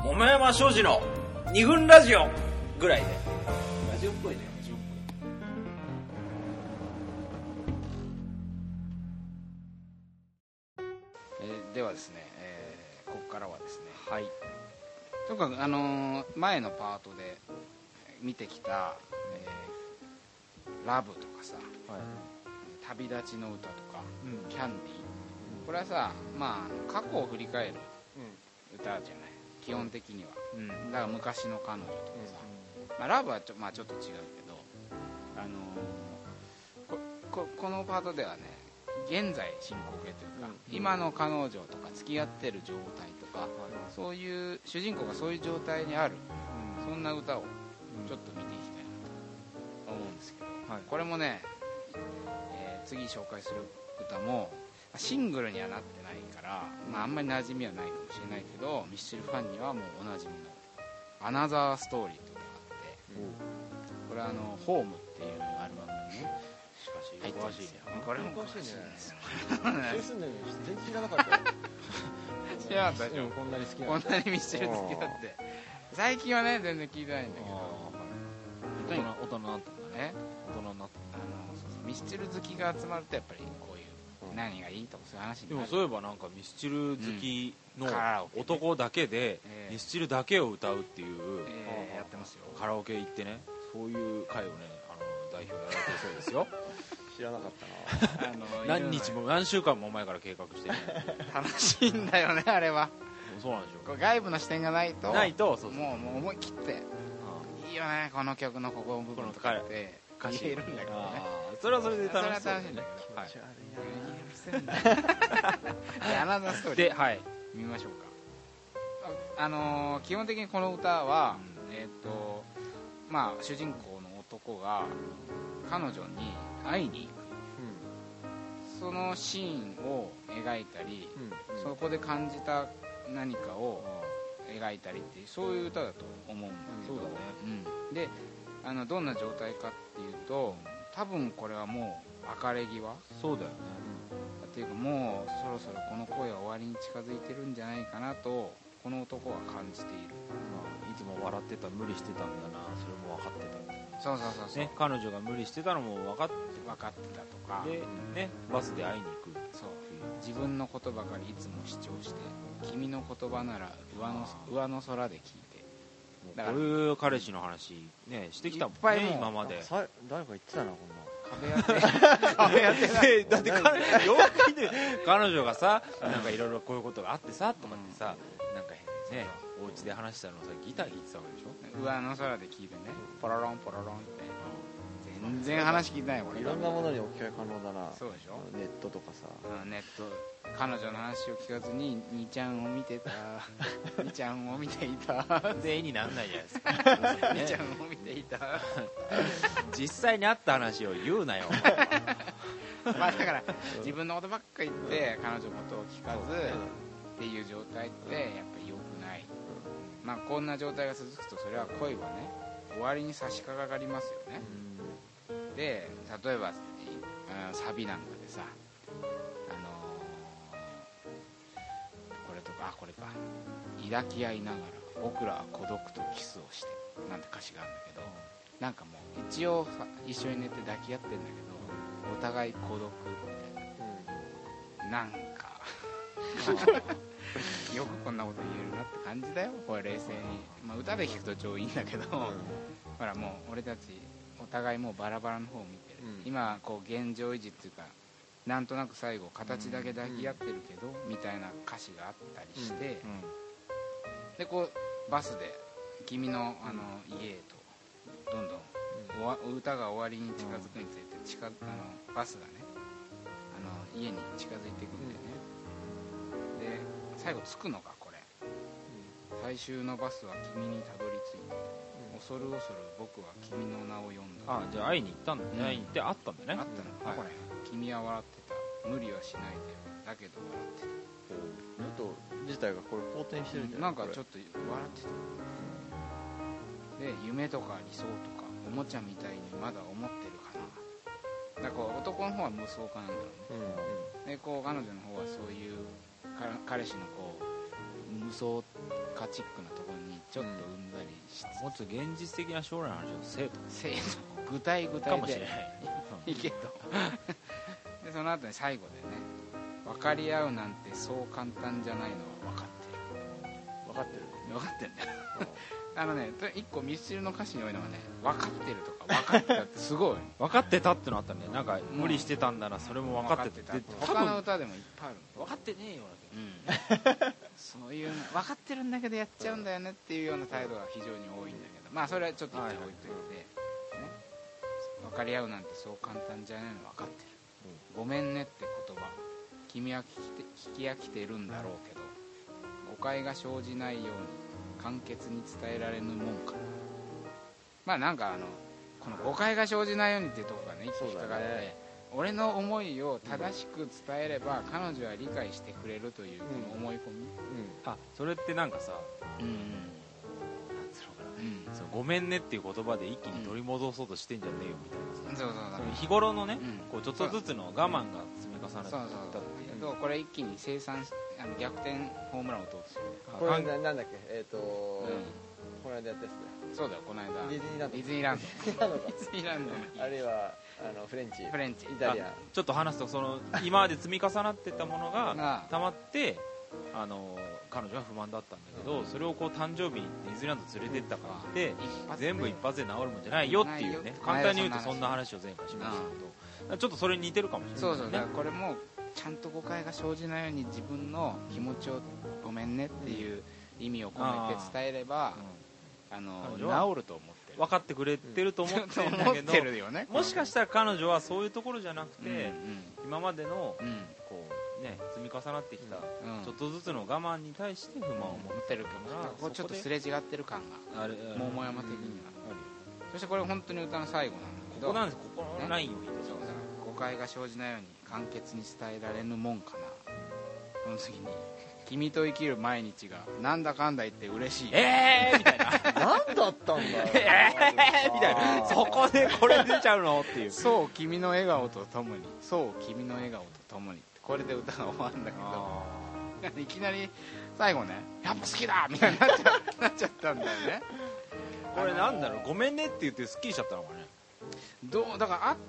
桃山商事の2分ラジオぐらいでラジオっぽいね。ラジオっぽい。ではですね、ここからはですね、 はい、 とにかく前のパートで見てきた、ラブとかさ、 はい、 旅立ちの歌とか、 うん、 キャンディー、これはさ、まあ過去を振り返る歌じゃない、基本的には、うん、だから昔の彼女とかさ、まあ、ラブはまあ、ちょっと違うけど、このパートではね、現在進行形というか、今の彼女とか付き合ってる状態とか、そういう主人公がそういう状態にある、そんな歌をちょっと見ていきたいなと思うんですけど、これもね、次紹介する歌もシングルにはなってないから、まあ、あんまり馴染みはないかもしれないけど、ミスチルファンにはもうおなじみの「アナザーストーリー」というのがあって、これはホームっていうアルバムにね、 しかし入ってるんですよ。これも詳しいんですよ。 全然知らなかったよ。 知らなかったでしょ。 こんなに好きこんなにミスチル好きだって。最近はね全然聞いてないんだけど、 大人になったんだね。大人になった。 ミスチル好きが集まるとやっぱりこういう何がいいとかそういう話になる。 でもそういえばなんかミスチル好きの男だけでミスチルだけを歌うっていうやってますよ。 カラオケ行ってね、そういう会をね代表やられてるそうですよ。 知らなかったな。 何日も何週間も前から計画してる。 楽しいんだよねあれは。 そうなんでしょう。 これ外部の視点がないとそうもう思い切っていいよねこの曲のここの部分とかって言えるんだけどね。 それはそれで楽しそう楽しいんだけど。 気持ち悪いな。 でアナザーストーリーで、はい、 見ましょうか。基本的にこの歌は、まあ主人公の男が彼女に会いに行く、そのシーンを描いたり、そこで感じた何かを描いたりっていう、そういう歌だと思うんだけど、 そうだね、 でどんな状態かっていうと、多分これはもう別れ際、 そうだよね、 っていうかもうそろそろこの恋は終わりに近づいてるんじゃないかなとこの男は感じている。 いつも笑ってた、無理してたんだな、それも分かってたみたいな。 そう、 ね、彼女が無理してたのも分かってたとかで、ね、バスで会いに行く。 そう、自分のことばかりいつも主張して、君の言葉なら上の空で聞いて、 こういう彼氏の話、ね、してきたもんね、今まで。 誰か言ってたな、こんな。 壁当てだってよく聞いて、彼女がさ、なんかいろいろこういうことがあってさとかってさ、なんかね、お家で話したのをさ、ギター弾いてたわけでしょ。 上の空で聞いてね、ポロロンポロロンって、全然話聞いてない。俺いろんなものに置き換え可能だな。 そうでしょ。 ネットとかさ、 ネット、彼女の話を聞かずに2ちゃんを見てた2ちゃんを見ていた全員になんないじゃないですか。 2ちゃんを見ていた実際にあった話を言うなよ。 まあだから自分のことばっかり言って彼女のことを聞かずっていう状態ってやっぱり良くない。まあこんな状態が続くと、それは恋はね終わりに差し掛かりますよね。で、例えばサビなんかでさ、これか、抱き合いながら僕らは孤独とキスをしてなんて歌詞があるんだけど、なんかもう一応一緒に寝て抱き合ってんだけど、お互い孤独みたいな、なんかよくこんなこと言えるなって感じだよ、これ冷静に。まあ歌で聞くと超いいんだけど、ほらもう俺たちお互いもうバラバラの方を見てる、今こう現状維持っていうか、なんとなく最後形だけ抱き合ってるけど、みたいな歌詞があったりして、でこうバスで君の家へとどんどん歌が終わりに近づくにつれてバスがね家に近づいていくんだよね。で最後着くのがこれ、最終のバスは君にたどり着いて、恐る恐る僕は君の名を呼んだ。 あ、じゃあ会いに行ったんだね。会いに行って会ったんだね。 あったの、これ。君は笑ってた、無理はしないで、だけど笑ってた。 ちょっと自体がこれ好転してるじゃん。 なんかちょっと笑ってた。で、夢とか理想とかおもちゃみたいにまだ思ってるかな。だからこう男の方は無双家なんだろうね。でこう彼女の方はそういう彼氏のこう無双家チックなところにちょっと生んだりしつつ、 もっと現実的な将来の話をせえとせーの具体かもしれでないいけとでその後に最後でね、分かり合うなんてそう簡単じゃないのは分かってる分かってる分かってんだよ一個ミスチルの歌詞に多いのはね、分かってるとか分かってたってすごい分かってたってのあったね。なんか無理してたんだな、それも分かってた。で多他の分歌でもいっぱいある分かってねえよそういうの分かってるんだけどやっちゃうんだよねっていうような態度が非常に多いんだけど、まあそれはちょっと一回置いといて、ね、分かり合うなんてそう簡単じゃないの分かってる、ごめんねって言葉君は聞き飽きてるんだろうけど、誤解が生じないように簡潔に伝えられぬもんかな。まあなんかこの誤解が生じないようにっていうところがね一個引っかかって、ね、俺の思いを正しく伝えれば彼女は理解してくれるというこの思い込み、 あ、それってなんかさ、なんつうのかな、そのごめんねっていう言葉で一気に取り戻そうとしてんじゃねえよみたいなさ、その日頃のね、こうちょっとずつの我慢が積み重なっていったっていう、 これ一気に生産逆転ホームランを打とうとする。 これなんだっけ、この間やったやつだよ。 そうだよ、この間ディズニーランドディズニーランドあるいはフレンチフレンチイタリアン。 ちょっと話すと、その今まで積み重なってたものが溜まって彼女は不満だったんだけど、それをこう誕生日にディズニーランド連れてったからって全部一発で治るもんじゃないよっていうね、簡単に言うとそんな話を前回しましたけど、ちょっとそれに似てるかもしれない。 そうそう、だからこれもちゃんと誤解が生じないように自分の気持ちをごめんねっていう意味を込めて伝えれば治ると思ってる、 分かってくれてると思ってるんだけど、もしかしたら彼女はそういうところじゃなくて、今までのこうね積み重なってきたちょっとずつの我慢に対して不満を持ってるから、 ここちょっとすれ違ってる感がある、桃山的にはある。そしてこれ本当に歌の最後なんだけど、 ここなんです、ここのラインを引いて、 誤解が生じないように簡潔に伝えられぬもんかな。その次に君と生きる毎日がなんだかんだ言って嬉しい、 みたいな何だったんだよみたいな、そこでこれ出ちゃうのっていう、 そう君の笑顔とともに、そう君の笑顔とともに、これで歌が終わるんだけど、いきなり最後ね、やっぱ好きだみたいになっちゃったんだよね。 これなんだろう、ごめんねって言ってスッキリしちゃったのかね。 だから会って、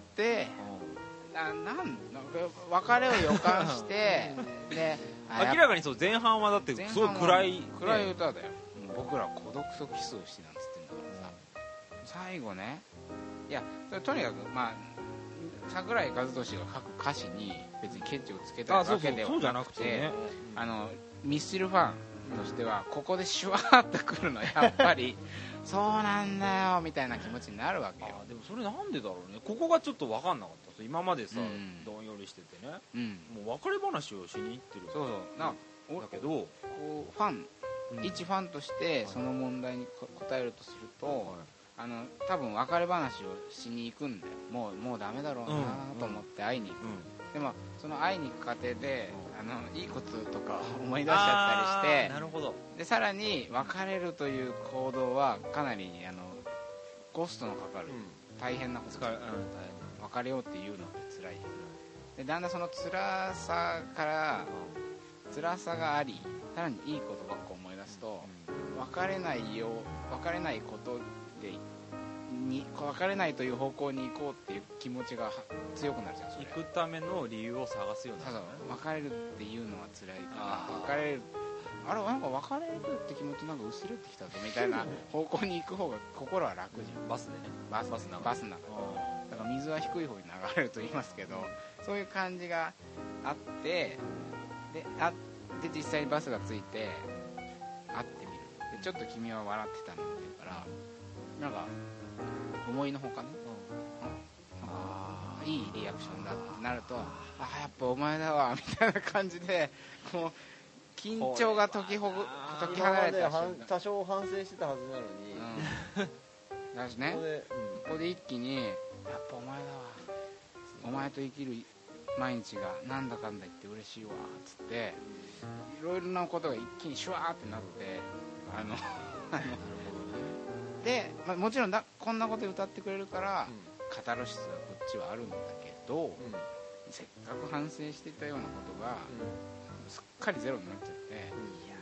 別れを予感してで明らかにそう前半はだってすごい暗い歌だよ、僕ら孤独とキスをしてなんつってんだからさ、最後ね、いやとにかくまあ桜井和寿が書く歌詞に別にケチをつけたわけではなくて、ミスチルファンとしてはここでシュワーッとくるのやっぱりそうなんだよみたいな気持ちになるわけよ。 でもそれなんでだろうね、ここがちょっと分かんなかった。今までさ、どんよりしててね、もう別れ話をしに行ってる、 そうだけど、こうファン、一ファンとしてその問題に答えるとすると、多分別れ話をしに行くんだよ。もうダメだろうなと思って会いに行く、でもその会いに行く過程でいいこととか思い出しちゃったりして、 なるほど、 でさらに別れるという行動はかなりコストのかかる、大変なこと、別れようっていうのって辛いで、だんだんその辛さがあり、さらにいいことばっか思い出すと、別れないことで別れないという方向に行こうっていう気持ちが強くなるじゃん。それ行くための理由を探すようになる、 別れるっていうのは辛いからなんか別れるって気持ちなんか薄れてきたぞみたいな方向に行く方が心は楽じゃん。 バスでね、 バスの中だから水は低い方に流れると言いますけど、そういう感じがあってで実際にバスが着いて会ってみるで、ちょっと君は笑ってたのって言うから、なんか思いのほかね、いいリアクションだってなると、やっぱお前だわみたいな感じで、もう緊張が解き放れた瞬間、 多少反省してたはずなのに、 だしね、ここで一気にやっぱお前だわ、お前と生きる毎日がなんだかんだ言って嬉しいわっつって、いろいろなことが一気にシュワーってなってで、もちろんこんなこと歌ってくれるから、カタルシスがこっちはあるんだけど、せっかく反省していたようなことが、すっかりゼロになっちゃって、いや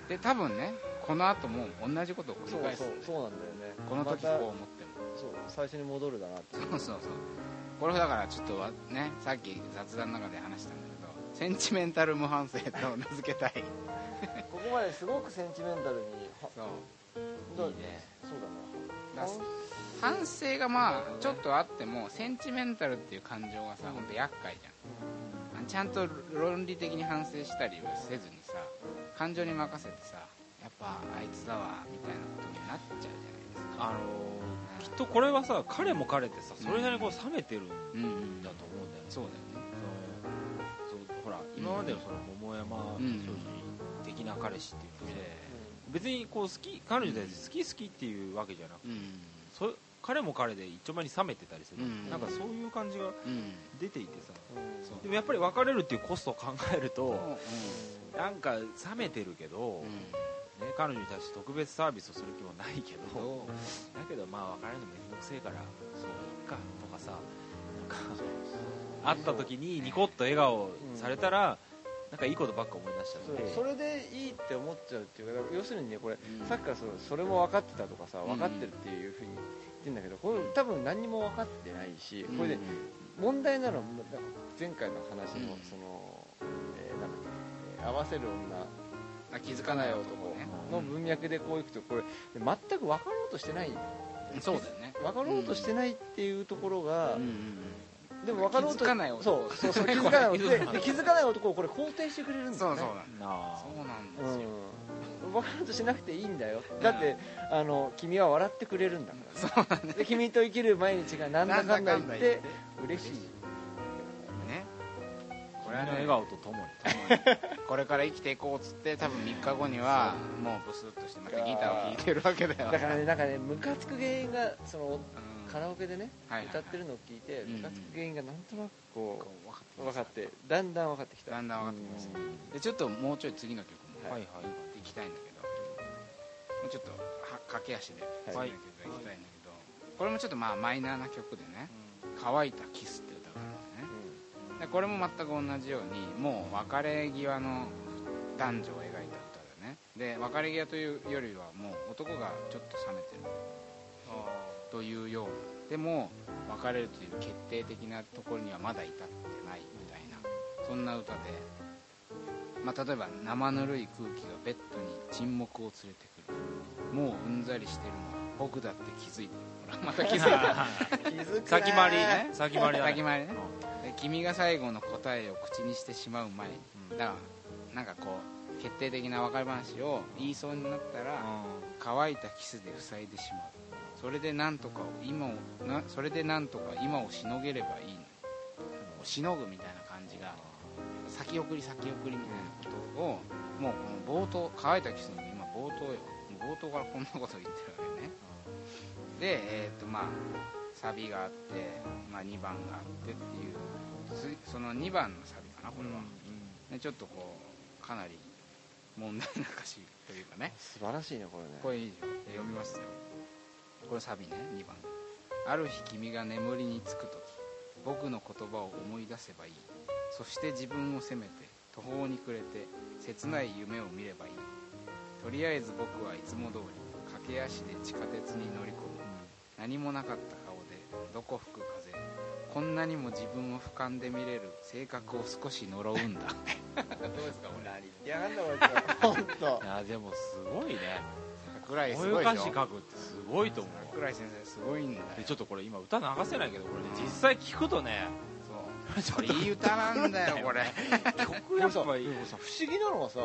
で多分ねこの後も同じことを繰り返す。 そうなんだよね。 この時こう思っても、 そう最初に戻るだなって。 そうこれだからちょっとねさっき雑談の中で話したんだけど、センチメンタル無反省と名付けたいここまですごくセンチメンタルにそういいね。 そうだな。 反省がまあちょっとあってもセンチメンタルっていう感情がさ本当厄介じゃん。ちゃんと論理的に反省したりはせずにさ感情に任せてさやっぱあいつだわみたいなことになっちゃうじゃないですか。 きっとこれはさ彼も彼ってさそれなりにこう冷めてるんだと思うんだよね。 そうだよね。 そうほら今までのその桃山庄司的な彼氏っていうので別にこう彼女たち好きっていうわけじゃなくて、彼も彼で一丁前に冷めてたりする、なんかそういう感じが出ていてさ、でもやっぱり別れるっていうコストを考えると、なんか冷めてるけど、ね、彼女に対して特別サービスをする気もないけど、だけどまあ別れるのめんどくせえからそういっかとかさ、なんか会った時にニコッと笑顔されたら、なんかいいことばっか思い出しちゃうので、 それでいいって思っちゃうっていうか、要するにねこれ、さっきからそれも分かってたとかさ分かってるっていうふうに言ってるんだけど、これ多分何にも分かってないし、これで問題なのは前回の話のその、なんだっけ、合わせる女気づかない男の文脈でこういくと、これ全く分かろうとしてない。 そうだよね。 分かろうとしてないっていうところが、でも分かろうと気づかない男、 そう気づかない男で気づかない男をこれ肯定してくれるんですよね。 そうなんですよ。 分かろうとしなくていいんだよ。だって君は笑ってくれるんだから、で君と生きる毎日がなんだかんだ言って嬉しいね。 これは笑顔とともにこれから生きていこうっつって多分3日後にはもうブスッとしてまたギターを弾いてるわけだよ。 だからね、なんかねムカつく原因がそのカラオケでね歌ってるのを聞いてムカつく原因がなんとなくこう分かってだんだん分かってきた。 だんだん分かってきました。でちょっともうちょい次の曲もいきたいんだけど、もうちょっと駆け足で次の曲がいきたいんだけど、これもちょっとまあマイナーな曲でね、乾いたキスって歌があるんですね。でこれも全く同じようにもう別れ際の男女を描いた歌だね。で別れ際というよりはもう男がちょっと冷めてるというような、でも別れるという決定的なところにはまだ至ってないみたいな、そんな歌で、まあ、例えば生ぬるい空気がベッドに沈黙を連れてくる、もううんざりしてるのは僕だって気づいてる、ほらまた気づいた先回りね、先回りだね、 先回りね。で君が最後の答えを口にしてしまう前に、だからなんかこう決定的な別れ話を言いそうになったら、乾いたキスで塞いでしまう。それでなんとか今をしのげればいいの。しのぐみたいな感じが先送りみたいなことを、もうこの冒頭、乾いたキスの今冒頭よ、冒頭からこんなこと言ってるわけね。でまあサビがあって、まあ、2番があってっていう、その2番のサビかなこれは、でちょっとこうかなり問題な歌詞というかね、 素晴らしいねこれね。 これいいよ、読みますよ。これサビね、2番。ある日君が眠りにつくとき、僕の言葉を思い出せばいい。そして自分を責めて途方に暮れて切ない夢を見ればいい。とりあえず僕はいつも通り駆け足で地下鉄に乗り込む。何もなかった顔でどこ吹く風、こんなにも自分を俯瞰で見れる性格を少し呪うんだどうですかこれ。 何言ってやがんだこいつ本当。 いやでもすごいね、 桜井すこういうごいでしょ。 歌詞書くってすごいと思う。 桜井先生すごいんだよ。 でちょっとこれ今歌流せないけど、これね実際聞くとね、 そうこれいい歌なんだよこれ曲やっぱり不思議なのはさ、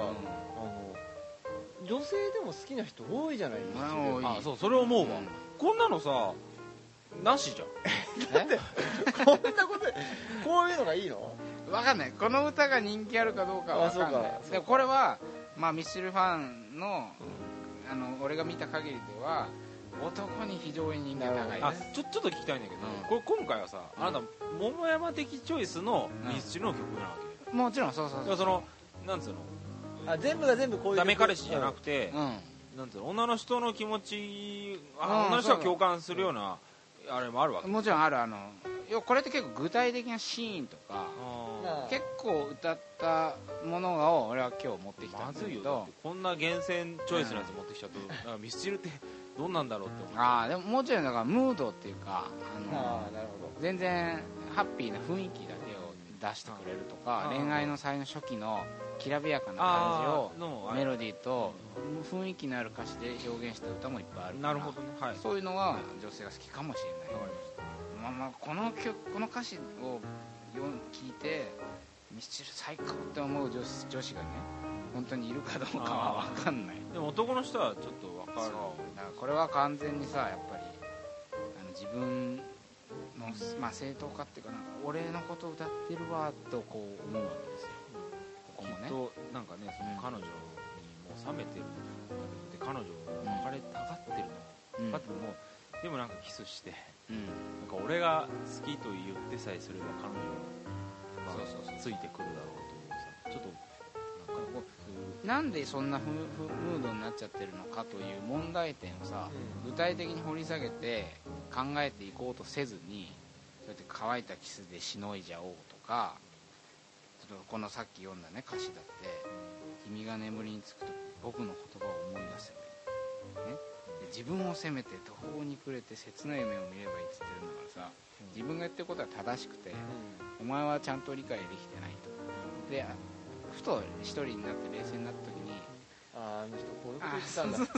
女性でも好きな人多いじゃないですか。 あ、そう、それ思うわ、こんなのさなしじゃん。 だってこんなことこういうのがいいの分かんない。この歌が人気あるかどうかは分かんない。でこれは、まあ、ミスチルファンの、俺が見た限りでは男に非常に人気が高い。 あ、ちょっと聞きたいんだけど、これ今回はさ、あなた桃山的チョイスのミスチルの曲なわけ。 もちろんそうそのなんつうの、 全部が全部こういうダメ彼氏じゃなくて、なんつうの、女の人の気持ち、女の人が共感するようなあれもあるわけ。 もちろんある。これって結構具体的なシーンとか結構歌ったものを俺は今日持ってきたんだけど、 まずいよ、こんな厳選チョイスのやつ持ってきちゃうと、なんかミスチルってどんなんだろうって思う。 でももうちょいだからムードっていうかなるほど。 全然ハッピーな雰囲気だけを出してくれるとか、恋愛の才の初期のきらびやかな感じをメロディーと雰囲気のある歌詞で表現した歌もいっぱいあるから、 なるほどね、はい、 そういうのは女性が好きかもしれない。この歌詞を聞いてミスチル最高って思う女子がね本当にいるかどうかは分かんない。 でも男の人はちょっと分かる。 だからこれは完全にさやっぱり自分の、正当化っていうか、なんか俺のこと歌ってるわとこう思うわけですよ。ここもねきっとなんかね、その彼女にもう冷めてるで、彼女も別れたがってるの、もでもなんかキスして、なんか俺が好きと言ってさえすれば彼女がついてくるだろうと思うさ、ちょっとなんでそんなムードになっちゃってるのかという問題点をさ、具体的に掘り下げて考えていこうとせずに、そうやって乾いたキスでしのいじゃおうとか、このさっき読んだね歌詞だって「君が眠りにつくと僕の言葉を思い出せばいい」ね、自分を責めて途方に暮れて切ない夢を見ればいいって言ってるんだからさ、自分が言ってることは正しくて、お前はちゃんと理解できてないと。でふと一人になって冷静になった時に、 あの人こういうこと言ってたんだ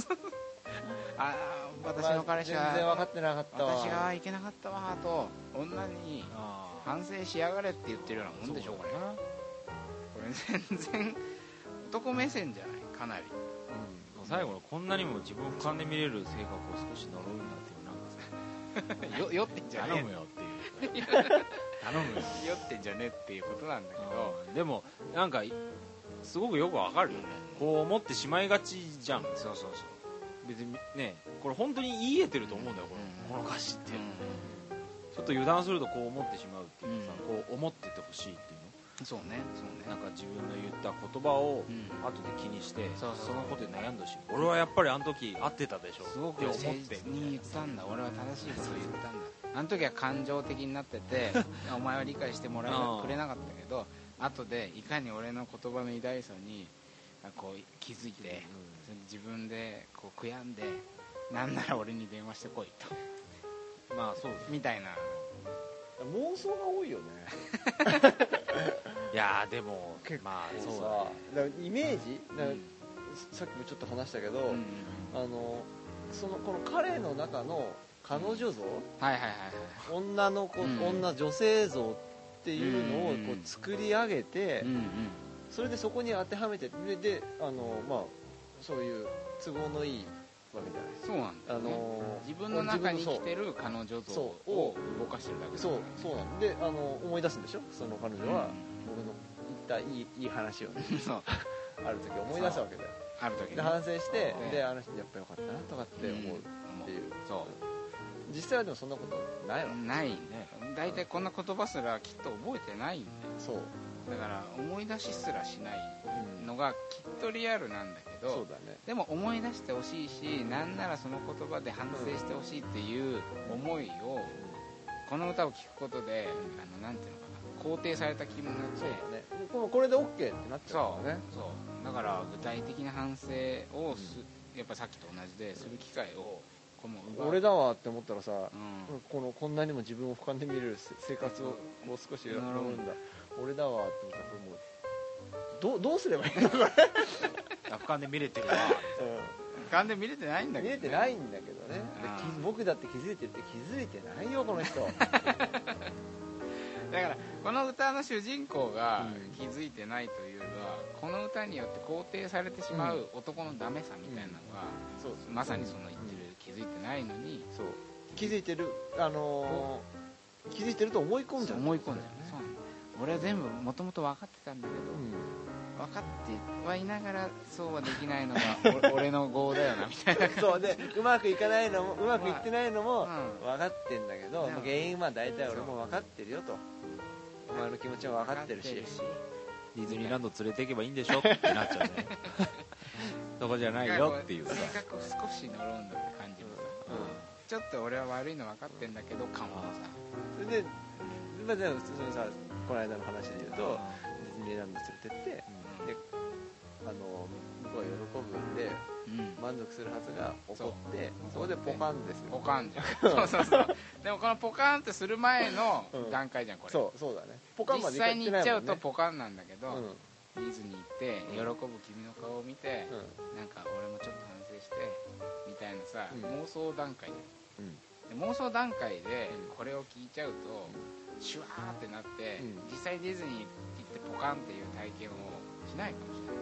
私の彼氏は全然分かってなかったわ、 私がいけなかったわと女に反省しやがれって言ってるようなもんでしょ。これ全然男目線じゃない、かなり、 最後のこんなにも自分を俯瞰で見れる性格を少し呪うんだっていう、なんかさ酔ってんじゃねえ、 頼むよっていう頼むよ酔ってんじゃねえっていうことなんだけど、 でもなんかすごくよくわかるよね、こう思ってしまいがちじゃん。 そう別にね、これ本当に言い得てると思うんだよ、この歌詞って、ちょっと油断するとこう思ってしまうっていうかさ、こう思っててほしいっていうの、 そうねなんか自分の言った言葉を後で気にして、そのことで悩んでほしい。俺はやっぱりあの時合ってたでしょすごく誠実に言ったんだ、俺は正しいことを言ったんだ。あの時は感情的になっててお前は理解してもらえくれなかったけど、後でいかに俺の言葉の偉大さにこう気づいて、自分でこう悔やんで、なんなら俺に電話してこいとそうみたいな妄想が多いよねいやでも結構そうだね、イメージさっきもちょっと話したけど、この彼の中の彼女像、女の子、女性像っていうのをこう作り上げて、それでそこに当てはめて、でそういう都合のいいわけじゃない。 そうなんだよね、自分の中に生きてる彼女像を動かしてるだけだからね。 そうなんで、思い出すんでしょ、その彼女は僕の言ったいい話をねある時思い出すわけだよ。 ある時で反省して、であの人やっぱよかったなとかって思うっていう、実際はでもそんなことないわけないね。大体こんな言葉すらきっと覚えてないんだよ。 そうだから思い出しすらしないのがきっとリアルなんだけど、 そうだね、 でも思い出してほしいし、なんならその言葉で反省してほしいっていう思いをこの歌を聴くことで、なんていうのかな、肯定された気分になって、 そうだね、これで OK ってなっちゃうからね。 そうだから具体的な反省をやっぱさっきと同じでする機会を俺だわって思ったらさ、こんなにも自分を俯瞰で見れる生活をこう少し選ぶんだ、俺だわって思ったら、これもうどうすればいいのこれ俯瞰で見れてるわ、 俯瞰で見れてないんだけど、 見れてないんだけどね、僕だって気づいてるって気づいてないよこの人だからこの歌の主人公が気づいてないというよりは、この歌によって肯定されてしまう男のダメさみたいなのが、まさにその言ってる、気づいてないのに、 気づいてる気づいてると思い込んじゃう、 そう俺は全部もともと分かってたんだけど、分かってはいながらそうはできないのが俺の業だよなみたいなそうで、うまくいかないのもうまくいってないのも分かってんだけど、原因は大体俺も分かってるよと、お前の気持ちも分かってるし、 ディズニーランド連れて行けばいいんでしょってなっちゃうねそこじゃないよっていうさ、 性格を少し呪うんだって感じもさ、ちょっと俺は悪いの分かってんだけど感もさ、 それで、でもそのさ、 この間の話で言うとディズニーランド連れてって、で向こうは喜ぶんで、満足するはずが起こって、そこでポカンですよ。 ポカンじゃんそうでもこのポカンってする前の段階じゃんこれ。 そうだね。ポカンまで実際に行っちゃうとポカンなんだけど、ディズニー行って喜ぶ君の顔を見て、なんか俺もちょっと反省してみたいなさ、妄想段階で、妄想段階でこれを聞いちゃうとシュワーってなって、実際ディズニー行ってポカンっていう体験をしないかもしれない。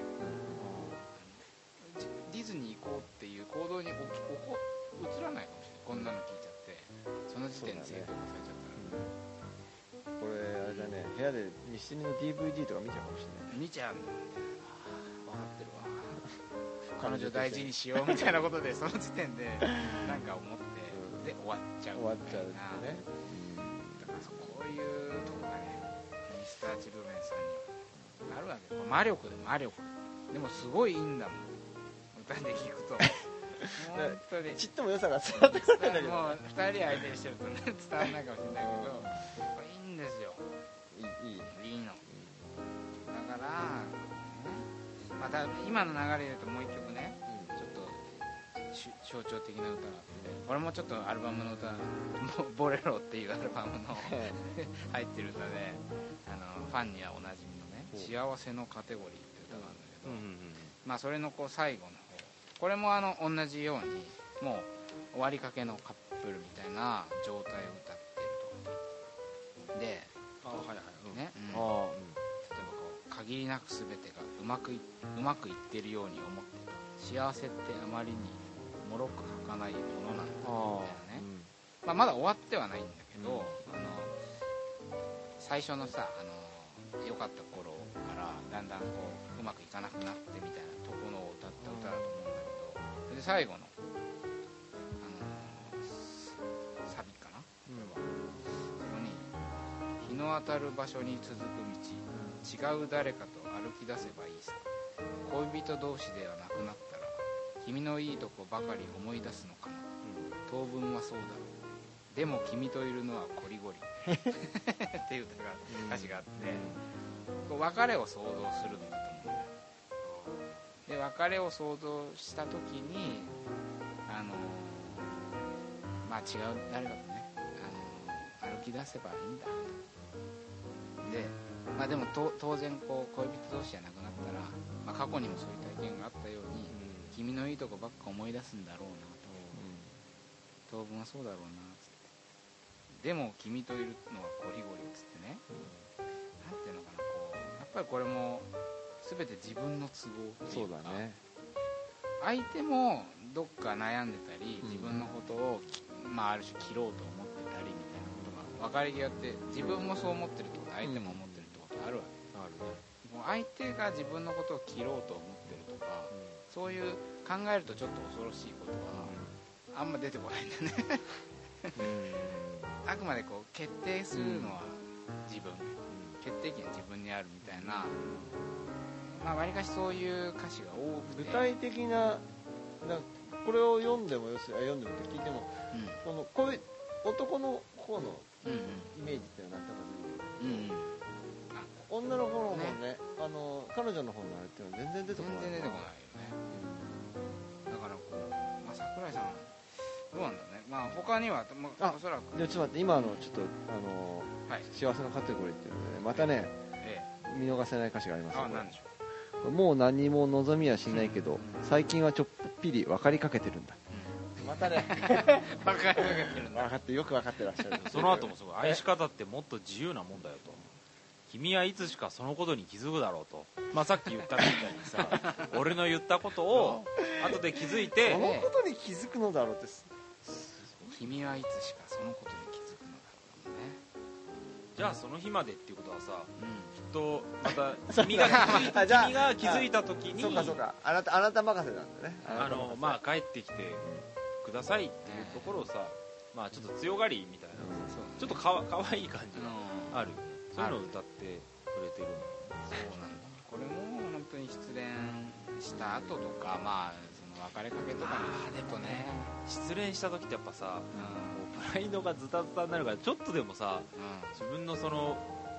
ディズニー行こうっていう行動に移らないかもしれない。こんなの聞いちゃってその時点で正当化されちゃったら、 これあれだね、部屋でミスチルの DVD とか見ちゃうかもしれない。 見ちゃうんだよ。分かってるわ彼女大事にしようみたいなことでその時点でなんか思ってで終わっちゃうみたいなね。だからこういうとこがねミスターチルドレンさんにあるわけ。魔力でもすごいいいんだもん歌で聞くと本当にちっとも良さが伝わってこないんだけど、 もう2人相手にしてるとね伝わらないかもしれないけどこれいいんですよ。いいの、だから、また今の流れで言うともう一曲ね、ちょっと象徴的な歌があって、俺もちょっとアルバムの歌ボレロっていうアルバムの入ってる歌でファンにはおなじみのね幸せのカテゴリーって歌があるんだけど、まあそれのこう最後の方、これも同じようにもう終わりかけのカップルみたいな状態を歌ってると。でね、例えばこう限りなく全てがうまくいってるように思ってた。幸せってあまりにもろく儚いものなんだみたいなね。まだ終わってはないんだけど、最初のさ良かった頃からだんだんこううまくいかなくなってみたいなところを歌った歌だと思うんだけど、で最後のサビかな、そこに日の当たる場所に続く道、違う誰かと歩き出せばいいさ、恋人同士ではなくなったら君のいいとこばかり思い出すのかな、当分はそうだろう、でも君といるのはコリゴリっていう歌詞があって、こう別れを想像するんだと思うんだよ。で別れを想像した時にまあ違う誰かとね歩き出せばいいんだと。でまあでも当然こう恋人同士じゃなくなったら、まあ、過去にもそういう体験があったように、君のいいとこばっか思い出すんだろうなと、当分はそうだろうなつって、でも君といるのはコリゴリつってね、なんていうのかな、こうやっぱりこれも全て自分の都合っていうか、そうだね、相手もどっか悩んでたり自分のことを、まあ、ある種切ろうと思ってたりみたいなことが分かり際って自分もそう思ってるってこと相手も思ってるってことあるわけ、もう相手が自分のことを切ろうと思ってるとか、そういう考えるとちょっと恐ろしいことはあんま出てこないんだねあくまでこう決定するのは自分、決定権は自分にあるみたいな、まあわりかしそういう歌詞が多くて、 具体的なこれを読んでも読んでもって聞いても、こういう男の方のイメージっていうのはなんとか出てくる、女の方のね、彼女の方のあれっていうのは全然出てこない。 全然出てこないよね。だからこう、まあ、桜井さんどうなんだろうね。まあ他には、おそらくでちょっと待って、今ちょっと幸せのカテゴリーっていうので、ね、またね、見逃せない歌詞がありますよ。 なんでしょう。もう何も望みはしないけど、最近はちょっぴり分かりかけてるんだ。またね分かりかけてるんだ。 よく分かってらっしゃる。 その後もすごい、愛し方ってもっと自由なもんだよと、君はいつしかそのことに気づくだろうと、まあ、さっき言ったみたいにさ俺の言ったことを後で気づいてそのことに気づくのだろうって、 君はいつしかそのことに気づくのだろうね。 じゃあその日までっていうことはさ、きっとまた君が気づいた時にそうかあなた任せなんだね。 まあ帰ってきてくださいっていうところをさ、まあちょっと強がりみたいな、ちょっとかわいい感じがある、そういうのを歌ってくれてるの。 そうなんだ。これも本当に失恋した後とか、まあその別れかけとかにでもね、失恋した時ってやっぱさ、もうプライドがズタズタになるから、ちょっとでもさ、自分のその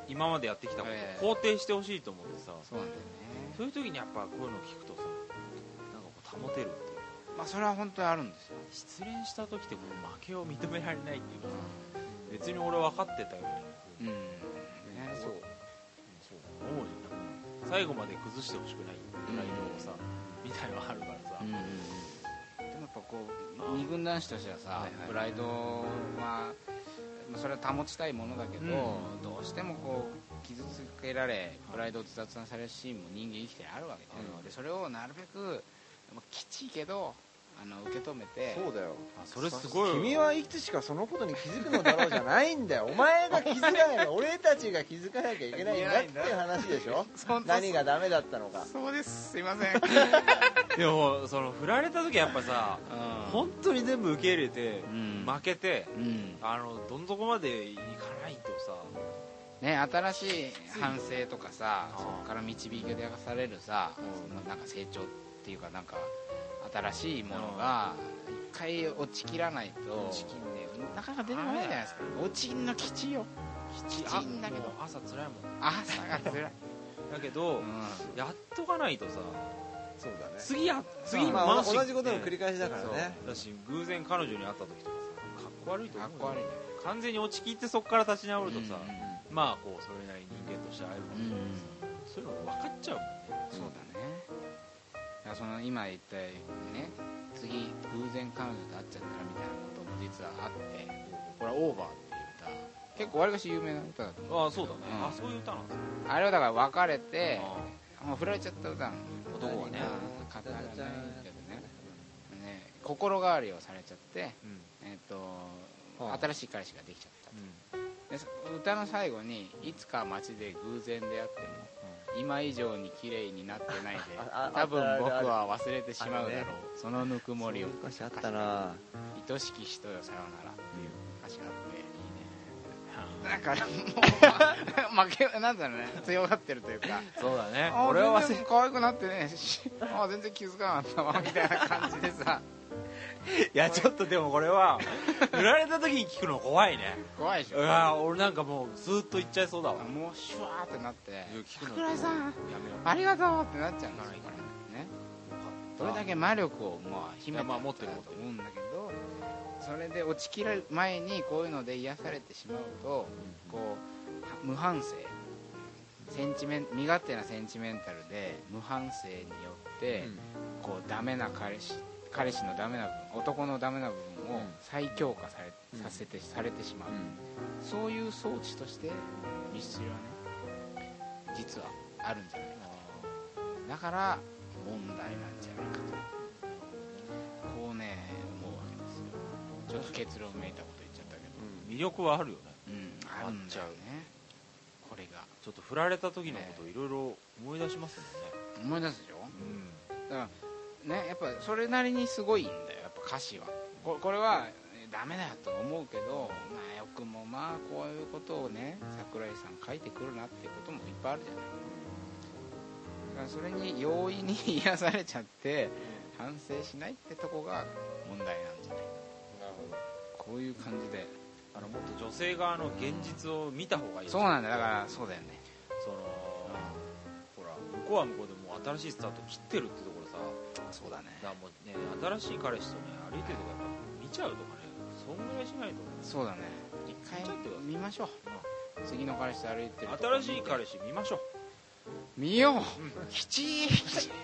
今までやってきたことを肯定してほしいと思ってさ、 そうなんだよね。 そういう時にやっぱこういうのを聞くとさ、なんかこう保てるっていうか、 まあそれは本当にあるんですよ。 失恋した時ってこう負けを認められないっていうかさ、別に俺分かってたように、 そう思うじゃん。最後まで崩してほしくないプライドをさ、みたいなのがあるからさ、 でもやっぱこう二軍男子としてはさ、プライドはそれは保ちたいものだけど、どうしてもこう傷つけられプライドを雑談されるシーンも人間生きてあるわけだよ、でそれをなるべくきちいけど受け止めて、 そうだよ、 それすごい。 君はいつしかそのことに気づくのだろうじゃないんだよ。お前が気づかないの、俺たちが気づかなきゃいけないんだっていう話でしょ。何がダメだったのか。 そうです、すいません。 でもその振られた時はやっぱさ、本当に全部受け入れて、負けて、どん底までいかないとさね、新しい反省とかさ、そこから導き出されるさ、なんか成長っていうか、なんか新しいものが一回落ちきらないとなかなか出てこないじゃないですか。落ちんのきちよ、きちんだけど朝辛いもん。 朝が辛いだけど、やっとかないとさ、 そうだね、 次まあ同じことの繰り返しだからね。 だし偶然彼女に会った時とかさ、かっこ悪いと思う。 かっこ悪いね。 完全に落ちきってそこから立ち直るとさ、まあこうそれなりに人間として会えるかもしれないけど、そういうの分かっちゃうもんね。 そうだね。だからその今言ったようにね、次偶然彼女と会っちゃったらみたいなことも実はあって、これはオーバーっていう歌、結構わりかし有名な歌だと思う。 ああそうだね、そういう歌なんですよ。 あれはだから別れてもう振られちゃった歌なの。 男はね、 語らないけどね、心変わりをされちゃって、新しい彼氏ができちゃったと、で歌の最後にいつか街で偶然出会っても、今以上に綺麗になってないで多分僕は忘れてしまうだろう、そのぬくもりを、 歌詞あったな、 愛しき人よさよならっていう歌詞があって、だからもう負けなんだろうね、強がってるというか、 そうだね、 俺は全然可愛くなってね全然気づかなかったわみたいな感じでさいやちょっとでもこれは振られた時に聞くの怖いね。 怖いでしょ。 いや俺なんかもうずっと言っちゃいそうだわ。 もうシュワーってなって聞くの桜井さんありがとうってなっちゃうんですよね。それだけ魔力を秘めてる持ってると思うんだけど、それで落ちきる前にこういうので癒されてしまうと、こう無反省、身勝手なセンチメンタルで無反省によってこうダメな彼氏のダメな部分、男のダメな部分を再強化されてしまう、そういう装置としてミスチルはね実はあるんじゃないかと。だから問題なんじゃないかとこうね思うわけですよ。ちょっと結論めいたこと言っちゃったけど、 魅力はあるよね。 あるんだよね。これがちょっと振られた時のことをいろいろ思い出しますもんね。 思い出すでしょ。だからね、やっぱそれなりにすごいんだよ、やっぱ歌詞は。これはダメだよと思うけど、よくもこういうことをね桜井さん書いてくるなっていうこともいっぱいあるじゃない。だからそれに容易に癒されちゃって反省しないってとこが問題なんじゃない。なるほど。こういう感じでもっと女性側の現実を見た方がいい。 そうなんだよ。だからそうだよね。 ほら向こうは向こうでもう新しいスタート切ってるってところさ。 そうだね。 だからもうね、新しい彼氏とね歩いてるとかやっぱ見ちゃうとかね、そんぐらいしないと。 そうだね。一回見ましょう。次の彼氏と歩いてると新しい彼氏見ましょう。 見よう。きちいね。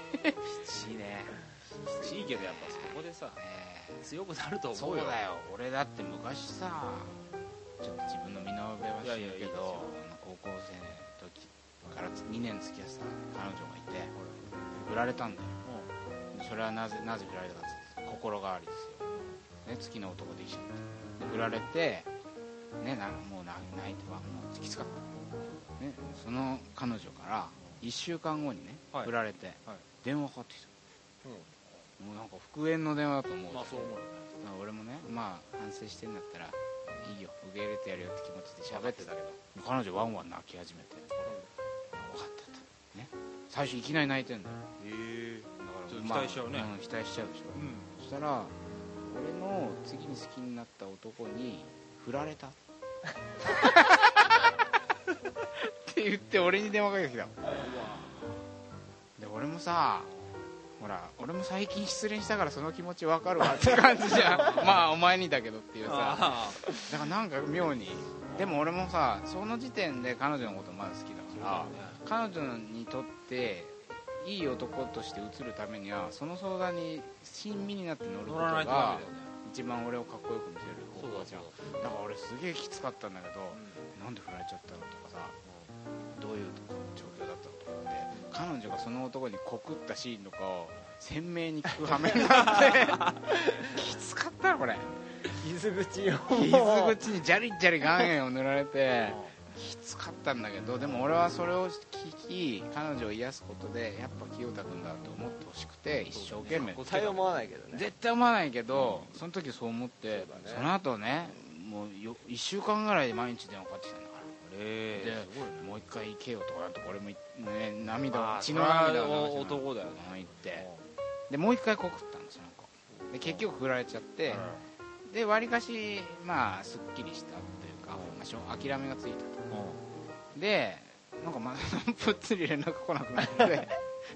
きちいけどやっぱそこでさ、強くなると思うよ。 そうだよ。俺だって昔さ、ちょっと自分の身の上は知るけど、高校生の時から2年付き合ってた彼女がいて、振られたんだよ。それはなぜ振られたかって心変わりですよ、ね、月の男できちゃった。振られて、ね、もう泣いてはもうきつかった、ね、その彼女から1週間後にね、振られて、電話かかってきた、もうなんか復縁の電話だと思う。 そう思うよね。 俺もね、反省してんだったらいいよ、受け入れてやるよって気持ちで喋ってたけど、彼女ワンワン泣き始めて、分かったと、ね、最初いきなり泣いてんだよ。 期待しちゃうね。 期待しちゃうでしょ。そしたら俺の次に好きになった男に振られたっ言って俺に電話かけてきた。で俺もさ、ほら俺も最近失恋したからその気持ち分かるわって感じじゃんまあお前にだけどっていうさ、だからなんか妙に、でも俺もさその時点で彼女のことまだ好きだから、彼女にとっていい男として映るためにはその相談に親身になって乗ることが一番俺をかっこよく見せる方法じゃん。だから俺すげえきつかったんだけど、なんで振られちゃったのとかさ、どういう状況だったのとかって、彼女がその男に告ったシーンとかを鮮明に聞く羽目になってきつかったなこれ。傷口にジャリジャリ岩塩を塗られてきつかったんだけど、でも俺はそれを聞き彼女を癒すことでやっぱ清田君だと思ってほしくて一生懸命、 絶対思わないけどね、 絶対思わないけど、その時そう思って、その後ねもう1週間ぐらいで毎日電話かかってきたんだから、でもう一回行けよとかなんとか俺も、ね、血の涙を男だよね言って、でもう一回告ったんですよで結局振られちゃって、でわりかしまあすっきりしたというか、まあ、諦めがついたと、でなんかまだぷっつり連絡来なくなって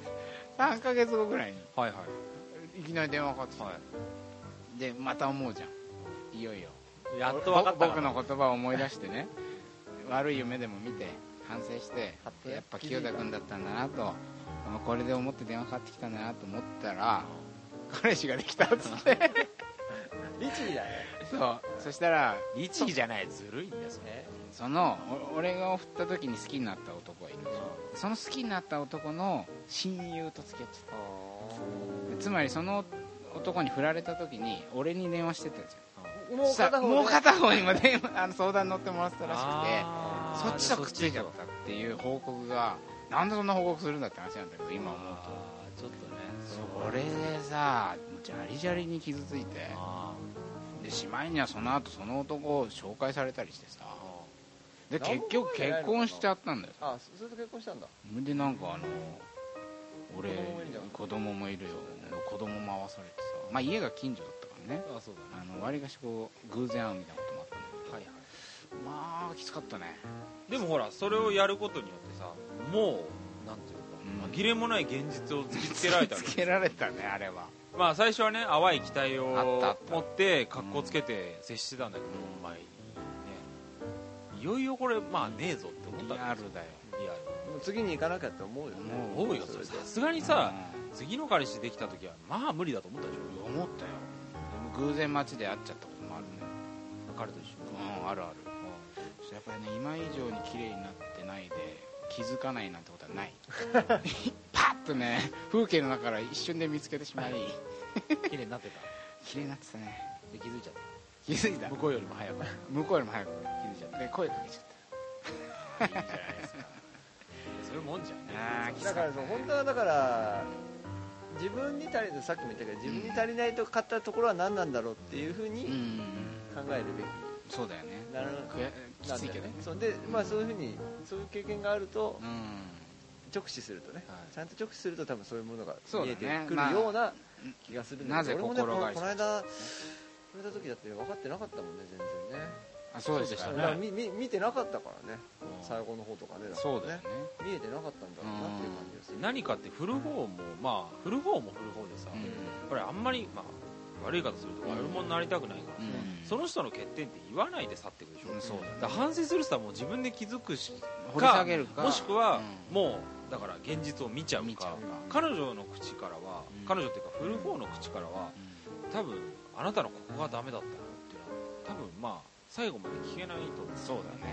3ヶ月後ぐらいにいきなり電話かかってきて、でまた思うじゃん、いよいよやっと分かった僕の言葉を思い出してね悪い夢でも見て反省して、やっぱ清田君だったんだなと、これで思って電話かかってきたんだなと思ったら彼氏ができたっつって律儀だね。 そしたら律儀じゃない、ずるいんですね。 その俺が振った時に好きになった男がいるんですよ。その好きになった男の親友と付き合ってた。つまりその男に振られた時に俺に電話してたんですよ。もう片方にも相談乗ってもらってたらしくて、そっちとくっついちゃったっていう報告が、なんでそんな報告するんだって話なんだけど、今思うとちょっとね、 それでさジャリジャリに傷ついて、でしまいにはその後その男を紹介されたりしてさ、で結局結婚しちゃったんだよ。 あ、それと結婚したんだ。 でなんか俺子供もいるよ、子供も会わされてさ、まあ家が近所だったからね、わりかしこう偶然会うみたいなこともあったんだけど、まあきつかったね。 でもほらそれをやることによってさ、もうなんていうか、紛れもない現実を突きつけられたわけ突きつけられたねあれは。 まあ最初はね淡い期待を持って格好つけて接してたんだけど、まあね、いよいよこれまあねえぞって思ったんだよ。 リアルだよ。 でも次に行かなきゃって思うよね。 思うよ。それさすがにさ、次の彼氏できた時はまあ無理だと思ったでしょ。 思ったよ。でも偶然街で会っちゃったこともあるね。 彼と一緒に。 あるある。やっぱりね今以上に綺麗になってないで気づかないなんてことはないパッとね風景の中から一瞬で見つけてしまい綺麗になってた。 綺麗になってたね。 で気づいちゃった。 気づいた。 向こうよりも早く気づいちゃった。で声かけちゃった。いいじゃないですか。 そういうもんじゃんね。 だから本当はだから自分に足りない、さっきも言ったけど自分に足りないと買ったところは何なんだろうっていうふうに考えるべき。 そうだよね。きついけどね。 そうで、まあそういうふうにそういう経験があると、直視するとね、ちゃんと直視すると多分そういうものが見えてくるような気がするんだけど、俺もねこの間触れた時だって分かってなかったもんね、全然ね。 あ、そうでしたね。見てなかったからね、最後の方とかね。 そうだよね。 見えてなかったんだろうなっていう感じがする。 何かって振る方もまあ振る方も振る方でさ、これあんまりまあ悪い方すると悪者になりたくないから、その人の欠点って言わないで去っていくでしょ。だから反省する人はもう自分で気づくしか、もしくはもうだから現実を見ちゃうか、彼女の口からは、彼女っていうか振る方の口からは、多分あなたのここがダメだったのっていうのは多分まあ最後まで聞けないと思う。 そうだね。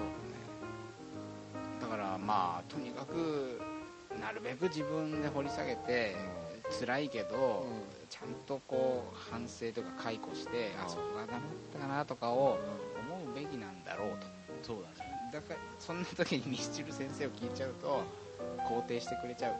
だからまあとにかくなるべく自分で掘り下げて、辛いけど、ちゃんとこう反省とか解雇して、あそこがダメだったかなとかを思うべきなんだろうと。 そうだね。 だからそんな時にミスチル先生を聞いちゃうと肯定してくれちゃうから、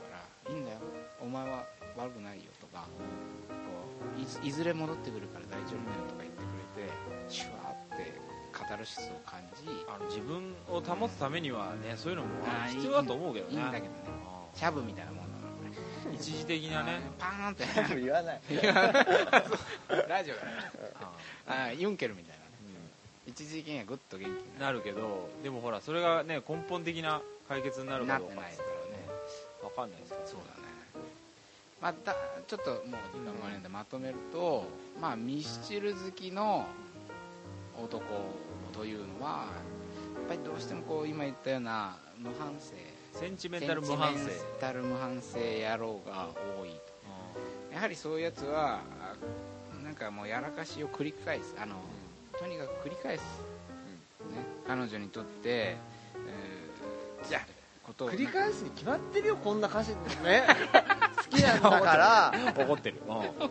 いいんだよお前は悪くないよとか、こう いずれ戻ってくるから大丈夫だよとか言ってくれて、シュワーってカタルシスを感じ、 自分を保つためにはね、そういうのも必要だと思うけどね。 いいんだけどね、シャブみたいなもんだから一時的なね、 パーンって言わないラジオだねユンケルみたいなね、一一時的にはグッと元気になるけど、でもほらそれがね根本的な解決になるかどうかなってないからね。 分かんないですけど。 そうだね。またちょっともう時間があるんでまとめると、まあミスチル好きの男というのはやっぱりどうしてもこう今言ったような無反省、 センチメンタル無反省、 野郎が多いと。やはりそういうやつはなんかもうやらかしを繰り返す、とにかく繰り返す、ね、彼女にとって、 じゃあことを繰り返すに決まってるよ、こんな歌詞ね好きなんだから怒ってる。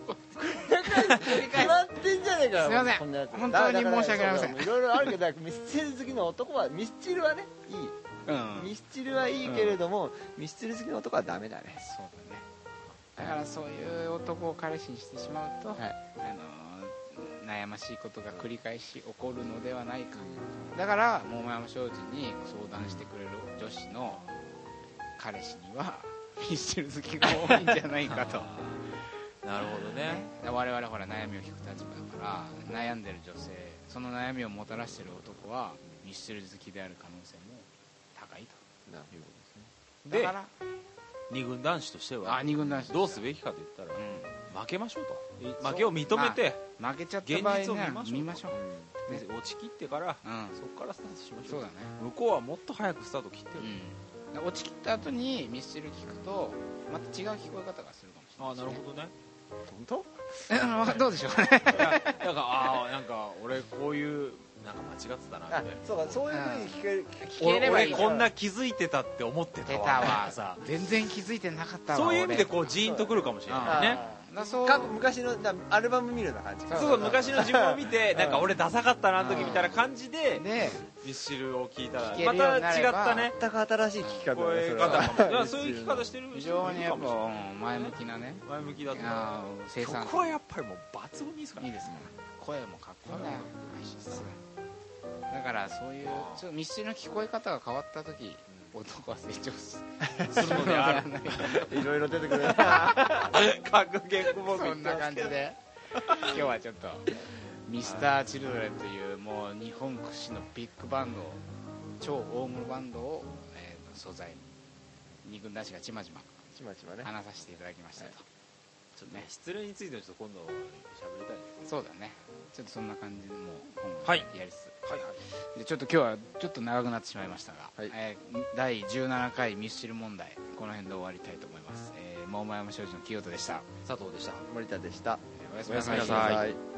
決まってんじゃねえかよ。 すいませんこんなやつ本当に申し訳ありません。 いろいろあるけどミスチル好きの男はミスチルはねいい、ミスチルはいいけれども、ミスチル好きの男はダメだね。 そうだね。だからそういう男を彼氏にしてしまうと、悩ましいことが繰り返し起こるのではないか、だから桃山商事に相談してくれる女子の彼氏にはミスチル好きが多いんじゃないかとなるほどね。 我々ほら悩みを引く立場だから悩んでる女性、その悩みをもたらしてる男はミスチル好きである可能性も高いと。 なるほどでだから二軍男子としては二軍男子どうすべきかと言ったら、負けましょうと、負けそうを認めて、 負けちゃった場合現実をね見ましょうねで落ち切ってから、 うんそこからスタートしましょう。 そうだね。 向こうはもっと早くスタート切ってる、 落ち切った後にミスチル聞くとまた違う聞こえ方がするかもしれない、 ああなるほどね。 本当どうでしょうねなんかなんか俺こういうなんか間違ってたなみたいな。 そうか、そういう風に聞ければいい俺こんな気づいてたって思ってた出わたわさ、 全然気づいてなかったわ。 そういう意味でこう俺ジーンとくるかもしれないね。 そう昔のアルバム見るような感じ。 そう昔の自分を見てなんか俺ダサかったなあの時みたいな感じででミスチルを聞いたら聞けるようにまた違なればったね全く新しい聞き方こういう方かも。いやそういう聞き方してる非人常にやっもいるかもしれない。 ぱ前向きなね前向きだと思う。 生産曲はやっぱりもう抜群にいいですからね。 いいですから声もかっこいいんだよだからそういうちょっとミスチルの聞こえ方が変わった時男は成長するのであるいろいろ出てくる格言僕そんな感じで今日はちょっとミスターチルドレンというもう日本屈指のビッグバンド、超大物バンドを、素材に二軍男子がちまちまちまちまね話させていただきましたと、 ちょっとね失礼についてはちょっと今度喋りたいです。 そうだね。ちょっとそんな感じでもう本をはいやりつつ、 はいはい。 でちょっと今日はちょっと長くなってしまいましたが、 はい第17回ミスチル問題この辺で終わりたいと思います。桃山商事の清人でした。 佐藤でした。 森田でした。 おやすおやすみなみなさい。 さい。